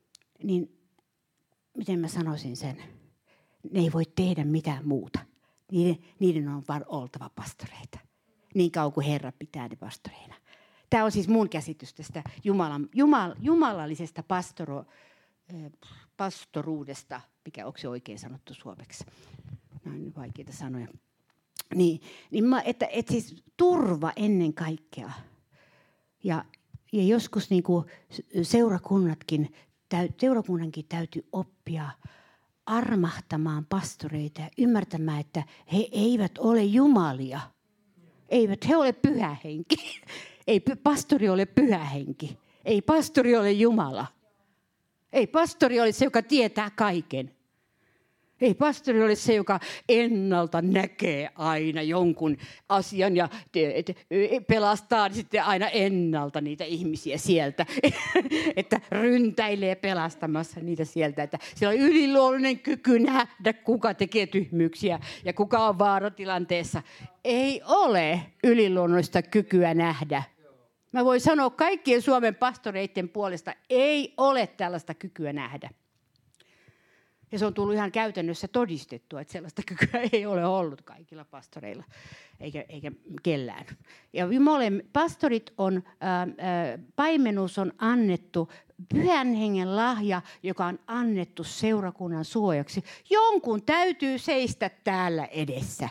miten mä sanoisin sen, ne ei voi tehdä mitään muuta. Niiden on vaan oltava pastoreita, niin kauan kuin Herra pitää ne pastoreina. Tämä on siis mun käsitys tästä jumalallisesta pastoruudesta, onko se oikein sanottu suomeksi? Nämä on vaikeita sanoja. Että siis turva ennen kaikkea. Ja joskus niin kuin seurakunnankin täytyy oppia armahtamaan pastoreita ja ymmärtämään, että he eivät ole jumalia. Eivät he ole pyhä henki. Ei pastori ole pyhä henki. Ei pastori ole Jumala. Ei pastori ole se, joka tietää kaiken. Ei pastori ole se, joka ennalta näkee aina jonkun asian ja pelastaa sitten aina ennalta niitä ihmisiä sieltä. Että ryntäilee pelastamassa niitä sieltä. Että sillä on yliluonnollinen kyky nähdä, kuka tekee tyhmyyksiä ja kuka on vaaratilanteessa. Ei ole yliluonnollista kykyä nähdä. Mä voin sanoa kaikkien Suomen pastoreiden puolesta, ei ole tällaista kykyä nähdä. Ja se on tullut ihan käytännössä todistettua, että sellaista kykyä ei ole ollut kaikilla pastoreilla, eikä kellään. Ja pastorit on, paimenuus on annettu, Pyhän Hengen lahja, joka on annettu seurakunnan suojaksi. Jonkun täytyy seistä täällä edessä.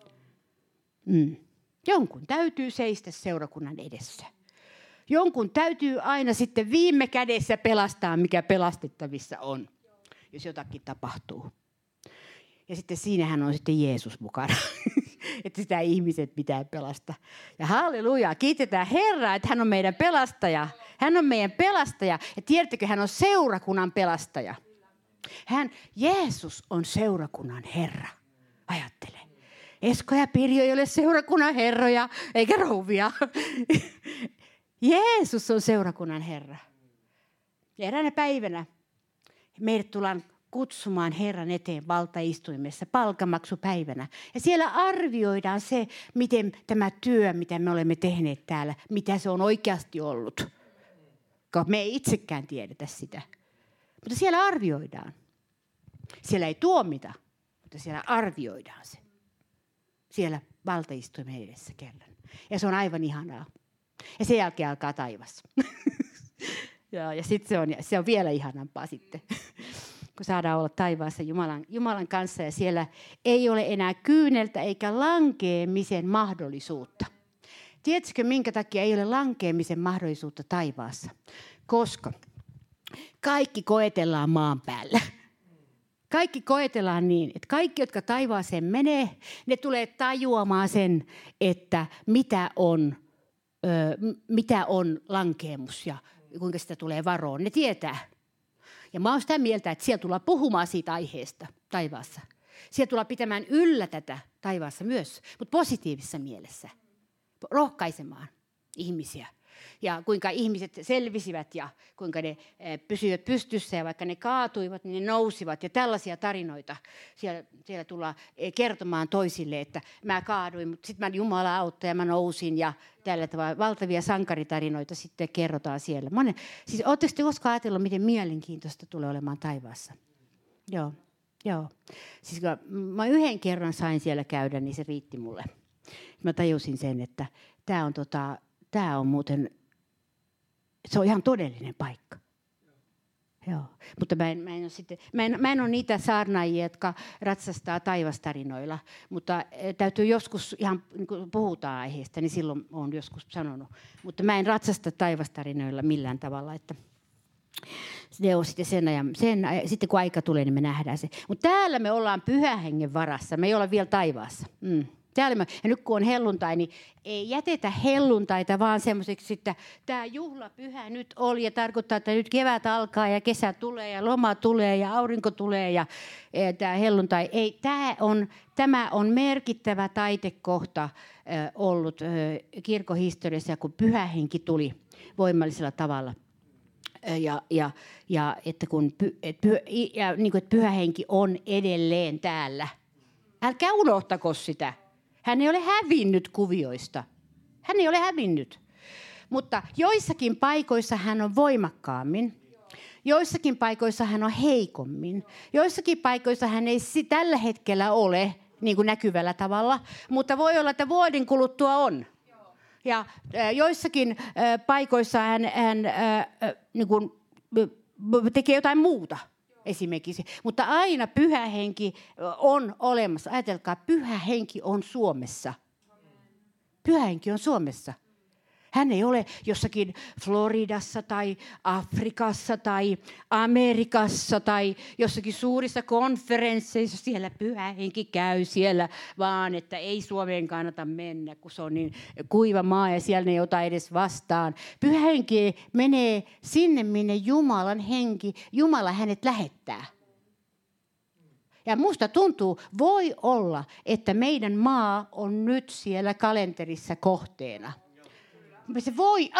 Jonkun täytyy seistä seurakunnan edessä. Jonkun täytyy aina sitten viime kädessä pelastaa, mikä pelastettavissa on, jos jotakin tapahtuu. Ja sitten siinähän on sitten Jeesus mukana, että sitä ihmiset pitää pelastaa. Ja halleluja, kiitetään Herraa, että hän on meidän pelastaja. Hän on meidän pelastaja. Ja tiedättekö, hän on seurakunnan pelastaja. Jeesus on seurakunnan Herra. Ajattele. Esko ja Pirjo ei ole seurakunnan herroja, eikä rouvia. Jeesus on seurakunnan Herra. Ja eräänä päivänä meidät tullaan kutsumaan Herran eteen valtaistuimessa palkanmaksupäivänä. Ja siellä arvioidaan se, miten tämä työ, mitä me olemme tehneet täällä, mitä se on oikeasti ollut. Koska me ei itsekään tiedetä sitä. Mutta siellä arvioidaan. Siellä ei tuomita, mutta siellä arvioidaan se. Siellä valtaistuimen edessä kerran. Ja se on aivan ihanaa. Ja sen jälkeen alkaa taivas. Ja sitten se on vielä ihanampaa sitten. kun saadaan olla taivaassa Jumalan kanssa ja siellä ei ole enää kyyneltä eikä lankeemisen mahdollisuutta. Tiedätkö, minkä takia ei ole lankeemisen mahdollisuutta taivaassa? Koska kaikki koetellaan maan päällä. Kaikki koetellaan niin, että kaikki, jotka taivaaseen menee, ne tulee tajuamaan sen, että mitä on lankeemus ja kuinka sitä tulee varoon. Ne tietää. Ja mä oon sitä mieltä, että siellä tullaan puhumaan siitä aiheesta taivaassa. Siellä tullaan pitämään yllä tätä taivaassa myös, mutta positiivisessa mielessä. Rohkaisemaan ihmisiä. Ja kuinka ihmiset selvisivät ja kuinka ne pysyivät pystyssä ja vaikka ne kaatuivat, niin ne nousivat. Ja tällaisia tarinoita siellä tullaan kertomaan toisille, että mä kaaduin, mutta sitten Jumala auttoi ja mä nousin. Ja tällä tavalla valtavia sankaritarinoita sitten kerrotaan siellä. Siis ootteko te koskaan ajatellut, miten mielenkiintoista tulee olemaan taivaassa? Joo. Siis mä yhden kerran sain siellä käydä, niin se riitti mulle. Mä tajusin sen, että tämä on muuten, se on ihan todellinen paikka. Joo. Mutta mä en ole niitä saarnaajia, jotka ratsastaa taivastarinoilla, mutta täytyy joskus, ihan niin kuin puhutaan aiheesta, niin silloin olen joskus sanonut. Mutta mä en ratsasta taivastarinoilla millään tavalla, että se on sitten sitten kun aika tulee, niin me nähdään se. Mutta täällä me ollaan Pyhän Hengen varassa, me ei olla vielä taivaassa. Ja nyt kun on helluntai, niin ei jätetä helluntaita vaan semmoiseksi, että tämä juhlapyhä nyt oli ja tarkoittaa, että nyt kevät alkaa ja kesä tulee ja loma tulee ja aurinko tulee ja tämä helluntai. Ei, tämä on merkittävä taitekohta ollut kirkkohistoriassa, kun Pyhä Henki tuli voimallisella tavalla. Ja että Pyhä Henki on edelleen täällä. Älkää unohtako sitä. Hän ei ole hävinnyt kuvioista. Hän ei ole hävinnyt. Mutta joissakin paikoissa hän on voimakkaammin. Joissakin paikoissa hän on heikommin. Joissakin paikoissa hän ei tällä hetkellä ole niin kuin näkyvällä tavalla. Mutta voi olla, että vuoden kuluttua on. Ja joissakin paikoissa hän niin kuin tekee jotain muuta. Esimerkiksi. Mutta aina Pyhä Henki on olemassa. Ajatelkaa, Pyhä Henki on Suomessa. Pyhä Henki on Suomessa. Hän ei ole jossakin Floridassa tai Afrikassa tai Amerikassa tai jossakin suurissa konferensseissa. Siellä Pyhä Henki käy siellä, vaan että ei Suomeen kannata mennä, kun se on niin kuiva maa ja siellä ei ota edes vastaan. Pyhä Henki menee sinne, minne Jumalan henki, Jumala hänet lähettää. Ja musta tuntuu, voi olla, että meidän maa on nyt siellä kalenterissa kohteena. Se voi,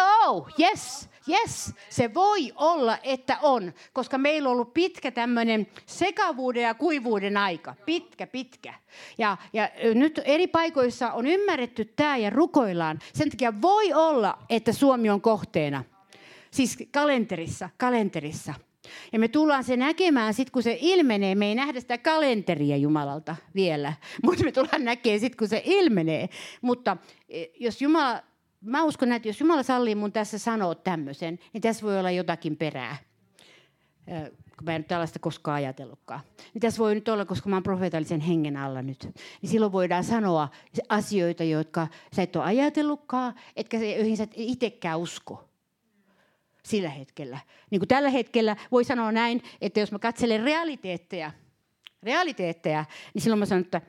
se voi olla, että on, koska meillä on ollut pitkä tämmöinen sekavuuden ja kuivuuden aika, pitkä. Ja nyt eri paikoissa on ymmärretty tämä ja rukoillaan. Sen takia voi olla, että Suomi on kohteena, siis kalenterissa. Ja me tullaan se näkemään sitten, kun se ilmenee. Me ei nähdä sitä kalenteria Jumalalta vielä, mutta me tullaan näkemään sitten, kun se ilmenee. Mutta jos mä uskon, että jos Jumala sallii mun tässä sanoa tämmöisen, niin tässä voi olla jotakin perää. Kun mä en nyt tällaista koskaan ajatellutkaan. Niin tässä voi nyt olla, koska mä oon profeetallisen hengen alla nyt. Niin silloin voidaan sanoa asioita, jotka sä et ole ajatellutkaan, joihin sä et itsekään usko. Sillä hetkellä. Niin kuin tällä hetkellä voi sanoa näin, että jos mä katselen realiteetteja, niin silloin mä sanon, että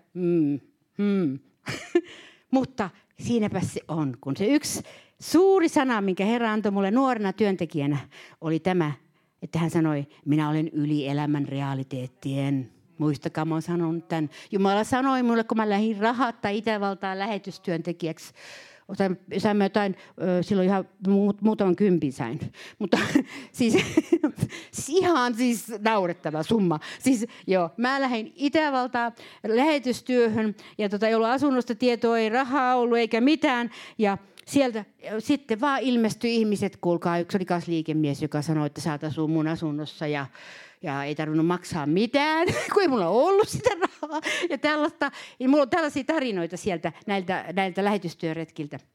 Mutta siinäpä se on, kun se yksi suuri sana, minkä Herra antoi mulle nuorena työntekijänä, oli tämä, että hän sanoi, minä olen yli elämän realiteettien. Muistakaa, mä oon sanonut tämän. Jumala sanoi mulle, kun mä lähdin rahatta Itävaltaan lähetystyöntekijäksi. Saimme jotain, silloin ihan muutaman kympin sain. Mutta siis ihan naurettava summa. Siis joo, mä lähdin Itävaltaan lähetystyöhön ja ei ollut asunnosta tietoa, ei rahaa ollut eikä mitään. Ja sieltä sitten vaan ilmestyi ihmiset, kuulkaa, yksi oli kanssa liikemies, joka sanoi, että saat asua mun asunnossa ja ei tarvinnut maksaa mitään, kun ei mulla ollut sitä rahaa. Ja tällaista, ja mulla on tällaisia tarinoita sieltä näiltä lähetystyöretkiltä.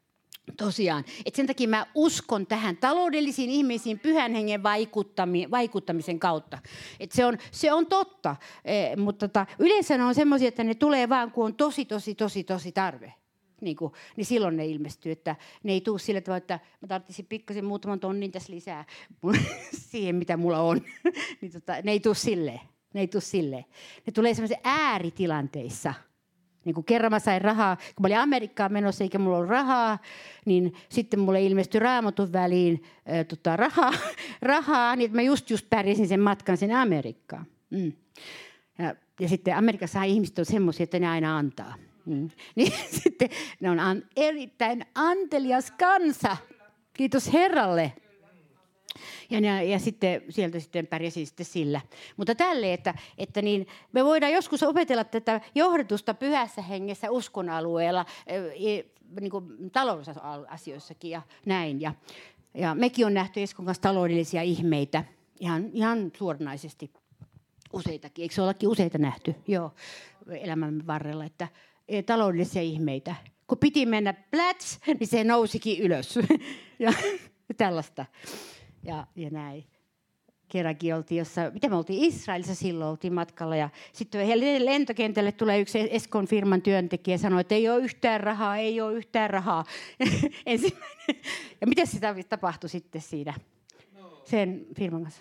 Tosiaan, että sen takia mä uskon tähän taloudellisiin ihmisiin pyhän hengen vaikuttamisen kautta. Että se on totta, mutta yleensä ne on semmoisia, että ne tulee vaan, kun on tosi tarve. Niin silloin ne ilmestyy, että ne ei tule sillä tavalla, että mä tarvitsisin pikkasen muutaman tonnin tässä lisää siihen, mitä mulla on. Niin ne ei tule silleen. Ne tulee semmoisia ääritilanteissa. Niin kuin kerran mä sain rahaa, kun mä olin Amerikkaan menossa eikä mulla ollut rahaa, niin sitten mulle ilmestyi Raamatun väliin rahaa, niin että mä just pärjäsin sen matkan sen Amerikkaan. Ja sitten Amerikassahan ihmiset on semmoisia, että ne aina antaa. Niin sitten ne on erittäin antelias kansa. Kiitos Herralle. Ja sitten sieltä sitten pärjäsin sitten sillä. Mutta tälleen, että niin me voidaan joskus opetella tätä johdatusta pyhässä hengessä uskon alueella, niin kuin talousasioissakin ja näin. Ja mekin on nähty Eskon kanssa taloudellisia ihmeitä ihan suoranaisesti. Useitakin, eikö se ollakin useita nähty? Joo, elämämme varrella, että taloudellisia ihmeitä. Kun piti mennä plats, niin se nousikin ylös. Ja tällaista. Ja näin. Kerrankin oltiin mitä me oltiin Israelissa silloin, oltiin matkalla. Ja sitten lentokentälle tulee yksi Eskon firman työntekijä ja sanoi, että ei ole yhtään rahaa. Ensimmäinen. Ja miten sitä tapahtui sitten siinä sen firman kanssa?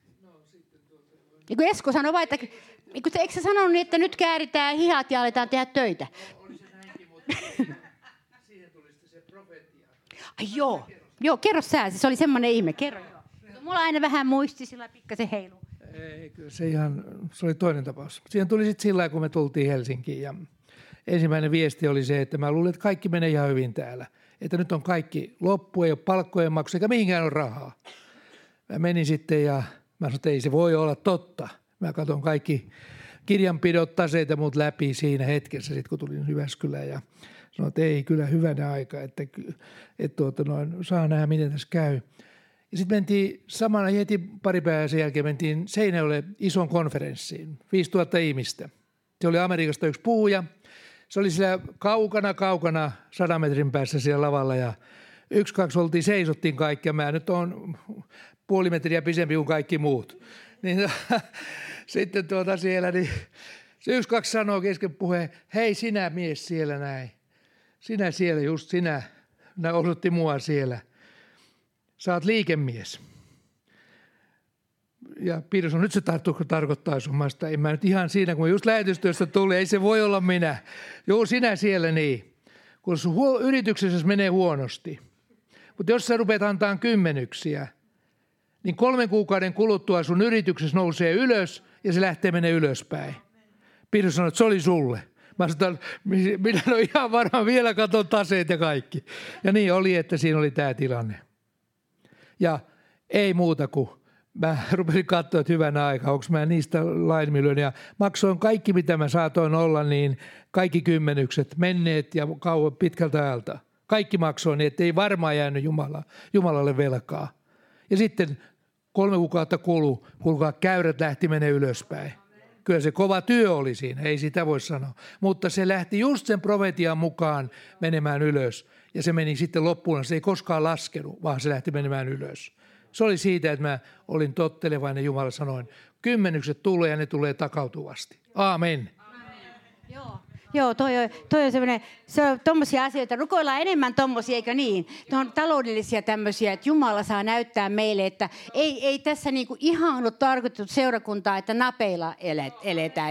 Ja kun Esko sanoi vain, että eikö sä sanonut niin, että nyt kääritään hihat ja aletaan tehdä töitä? Oli se näinkin, mutta siihen tuli sitten se profetia. Joo, kerro sä. Se oli semmoinen ihme. Kerro. Mulla aina vähän muisti sillä pikkasen heilu. Ei, kyllä se oli toinen tapaus. Siihen tuli sitten sillä kun me tultiin Helsinkiin ja ensimmäinen viesti oli se, että mä luulin, että kaikki menee ihan hyvin täällä. Että nyt on kaikki loppu, ei ole palkkojen maksu eikä mihinkään ole rahaa. Mä menin sitten ja mä sanoin, että ei se voi olla totta. Mä katson kaikki kirjanpidot, taseet ja muut läpi siinä hetkessä, sit kun tulin Jyväskylään ja sanoin, että ei kyllä hyvänä aika, että saa nähdä, miten tässä käy. Ja sitten mentiin samana heti pari päivää sen jälkeen mentiin Seinäjoelle ison konferenssiin, 5000 ihmistä. Se oli Amerikasta yksi puhuja. Se oli siellä kaukana 100 metrin päässä siellä lavalla ja 1-2 seisottiin kaikki ja mä nyt on puoli metriä pisempi kuin kaikki muut. Niin sitten siellä niin se 1-2 sanoo kesken puheen, hei sinä mies siellä näin. Sinä siellä, just sinä. Osoitti mua siellä. Sä oot liikemies. Ja Piiri sanoi, nyt se tarkoittaa sun maasta. En mä nyt ihan siinä, kun just lähetystyöstä tuli, ei se voi olla minä. Joo, sinä siellä niin. Kun sun yrityksessä menee huonosti. Mutta jos sä rupeat antaa kymmenyksiä, niin 3 kuukauden kuluttua sun yrityksessä nousee ylös ja se lähtee menee ylöspäin. Piiri sanoi, että se oli sulle. Mä sanoin, minä en ole ihan varmaan vielä katon taseet ja kaikki. Ja niin oli, että siinä oli tämä tilanne. Ja ei muuta kuin mä rupesin katsoa, että hyvänä aikaa, onko mä niistä laiminlyön. Ja maksoin kaikki, mitä mä saatoin olla, niin kaikki kymmenykset, menneet ja kauan pitkältä ajalta. Kaikki maksoin, niin ettei varmaan jäänyt Jumalalle velkaa. Ja sitten 3 kuukautta kuulkaa, käyrät lähti menee ylöspäin. Kyllä se kova työ oli siinä, ei sitä voi sanoa. Mutta se lähti just sen profetian mukaan menemään ylös. Ja se meni sitten loppuun, se ei koskaan laskenut, vaan se lähti menemään ylös. Se oli siitä, että mä olin tottelevainen, Jumala sanoin, kymmenykset tulee ja ne tulee takautuvasti. Aamen. Joo, toi on semmoinen, se on tommosia asioita, rukoillaan enemmän tommosia, eikö niin? Ne on taloudellisia tämmöisiä, että Jumala saa näyttää meille, että ei tässä niinku ihan ole tarkoitettu seurakuntaa, että napeilla eletään.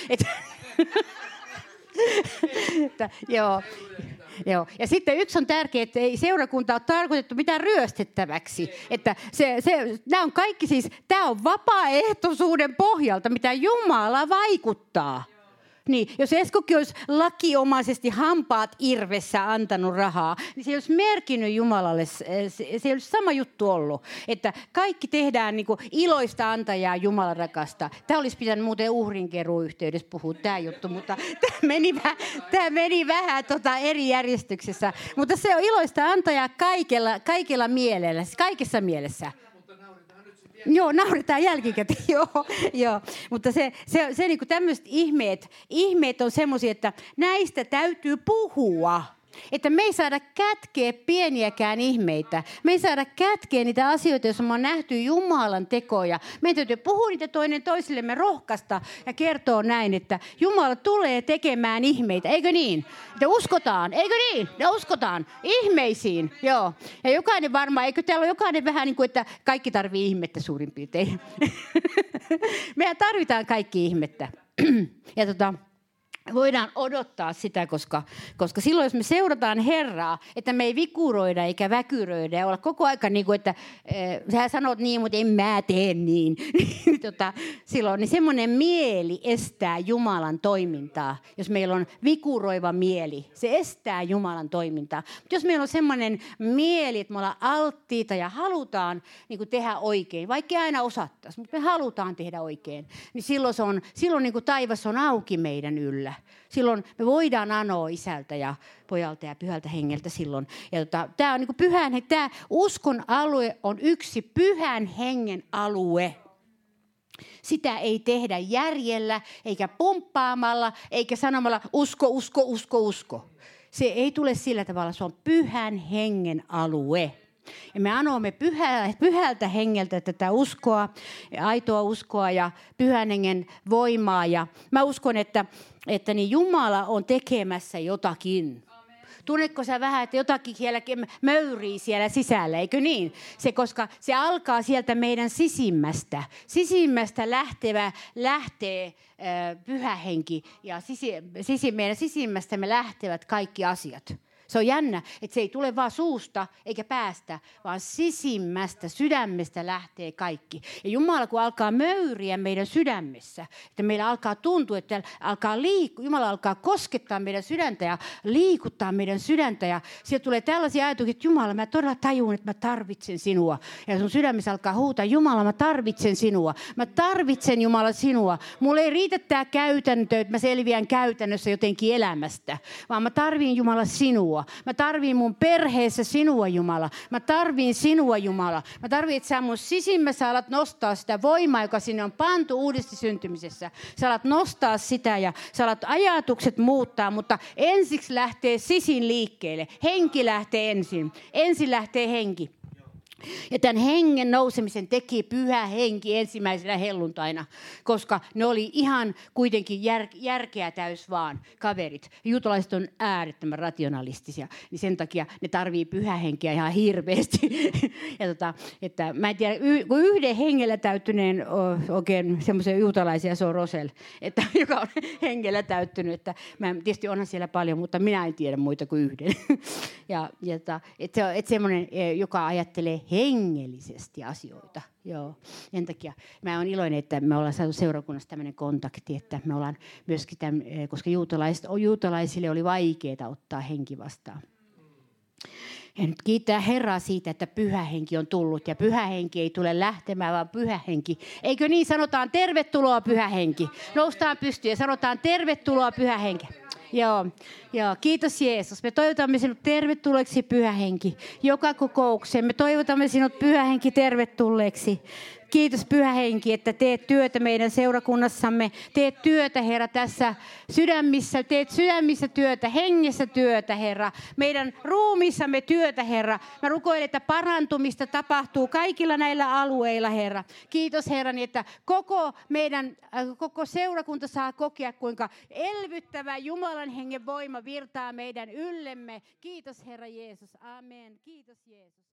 Joo. Ja sitten yksi on tärkeää, että ei seurakunta ole tarkoitettu mitään ryöstettäväksi. Että nämä on kaikki siis, tämä on vapaaehtoisuuden pohjalta, mitä Jumala vaikuttaa. Niin, jos Eskokin olisi lakiomaisesti hampaat irvessä antanut rahaa, niin se ei olisi merkinnyt Jumalalle, se ei olisi sama juttu ollut. Että kaikki tehdään niin kuin iloista antajaa Jumala rakastaa. Tämä olisi pitänyt muuten uhrinkeruun yhteydessä puhua tämä juttu, mutta tämä meni vähän eri järjestyksessä. Mutta se on iloista antajaa kaikella mielellä, siis kaikessa mielessä. Joo, nauretaan jälkikäteen, joo. Mutta se niin kuin tämmöiset ihmeet on semmoisia, että näistä täytyy puhua. Että me ei saada kätkeä pieniäkään ihmeitä. Me ei saada kätkeä niitä asioita, joissa me on nähty Jumalan tekoja. Meidän täytyy puhua niitä toinen toisillemme, rohkaista ja kertoa näin, että Jumala tulee tekemään ihmeitä. Eikö niin? Että uskotaan. Eikö niin? Ja uskotaan ihmeisiin. Joo. Ja jokainen varmaan, eikö täällä ole jokainen vähän niin kuin, että kaikki tarvitsee ihmettä suurin piirtein. Meidän tarvitaan kaikki ihmettä. Ja voidaan odottaa sitä, koska silloin, jos me seurataan Herraa, että me ei vikuroida eikä väkyröidä ja olla koko aika niin kuin, että sä sanot niin, mutta en mä tee niin. Silloin niin semmoinen mieli estää Jumalan toimintaa. Jos meillä on vikuroiva mieli, se estää Jumalan toimintaa. Mutta jos meillä on semmoinen mieli, että me ollaan alttiita ja halutaan niin kuin tehdä oikein, vaikka ei aina osattaisi, mutta me halutaan tehdä oikein, niin silloin niin kuin taivas on auki meidän yllä. Silloin me voidaan anoa Isältä ja Pojalta ja Pyhältä Hengeltä silloin. Ja tämä on niin tämä uskon alue on yksi Pyhän Hengen alue. Sitä ei tehdä järjellä, eikä pumppaamalla, eikä sanomalla usko, usko, usko, usko. Se ei tule sillä tavalla, se on Pyhän Hengen alue. Ja me anomme Pyhältä Hengeltä tätä uskoa, aitoa uskoa ja Pyhän Hengen voimaa. Ja mä uskon, että niin Jumala on tekemässä jotakin. Tunnetko sä vähän, että jotakin siellä möyrii siellä sisällä, eikö niin? Koska se alkaa sieltä meidän sisimmästä. Sisimmästä lähtee Pyhä Henki ja meidän sisimmästä me lähtevät kaikki asiat. Se on jännä, että se ei tule vaan suusta eikä päästä, vaan sisimmästä, sydämestä lähtee kaikki. Ja Jumala, kun alkaa möyriä meidän sydämessä, että meillä alkaa tuntua, että Jumala alkaa koskettaa meidän sydäntä ja liikuttaa meidän sydäntä. Ja sieltä tulee tällaisia ajatuksia, että Jumala, mä todella tajun, että mä tarvitsen sinua. Ja sun sydämessä alkaa huutaa, Jumala, mä tarvitsen sinua. Mä tarvitsen, Jumala, sinua. Mulla ei riitä tää käytäntö, että mä selviän käytännössä jotenkin elämästä, vaan mä tarvin, Jumala, sinua. Mä tarviin mun perheessä sinua, Jumala. Mä tarviin sinua, Jumala. Mä tarviin, että sä mun sisimmässä alat nostaa sitä voimaa, joka sinne on pantu uudesti syntymisessä. Sä alat nostaa sitä ja sä alat ajatukset muuttaa, mutta ensiksi lähtee sisin liikkeelle. Henki lähtee ensin. Ensin lähtee henki. Ja tämän hengen nousemisen teki Pyhä Henki ensimmäisenä helluntaina, koska ne oli ihan kuitenkin järkeä täys vaan kaverit. Juutalaiset on äärettömän rationalistisia, niin sen takia ne tarvii Pyhä Henkeä ihan hirveästi. Ja että mä en tiedä, kun yhden hengellä täyttyneen oikein semmoisen juutalaisia, se on Rosel, että, joka on hengellä täyttynyt. Että tietysti onhan siellä paljon, mutta minä en tiedä muita kuin yhden. Että semmoinen, joka ajattelee hengellisesti asioita. Joo. Sen takia mä oon iloinen, että me ollaan saatu seurakunnassa tämmöinen kontakti, että me ollaan myöskin koska juutalaisille oli vaikeaa ottaa henki vastaan. Ja nyt kiittää Herraa siitä, että Pyhä Henki on tullut ja Pyhä Henki ei tule lähtemään, vaan Pyhä Henki. Eikö niin, sanotaan tervetuloa Pyhä Henki. Noustaan pystyyn ja sanotaan tervetuloa Pyhä Henki. Joo, kiitos Jeesus. Me toivotamme sinut tervetulleeksi, Pyhä Henki, joka kokoukseen. Me toivotamme sinut, Pyhä Henki, tervetulleeksi. Kiitos, Pyhä Henki, että teet työtä meidän seurakunnassamme. Teet työtä, Herra, tässä sydämissä. Teet sydämissä työtä, hengessä työtä, Herra. Meidän ruumissamme työtä, Herra. Mä rukoilen, että parantumista tapahtuu kaikilla näillä alueilla, Herra. Kiitos, Herra, niin että koko seurakunta saa kokea, kuinka elvyttävä Jumalan hengen voima virtaa meidän yllemme. Kiitos, Herra Jeesus. Amen. Kiitos, Jeesus.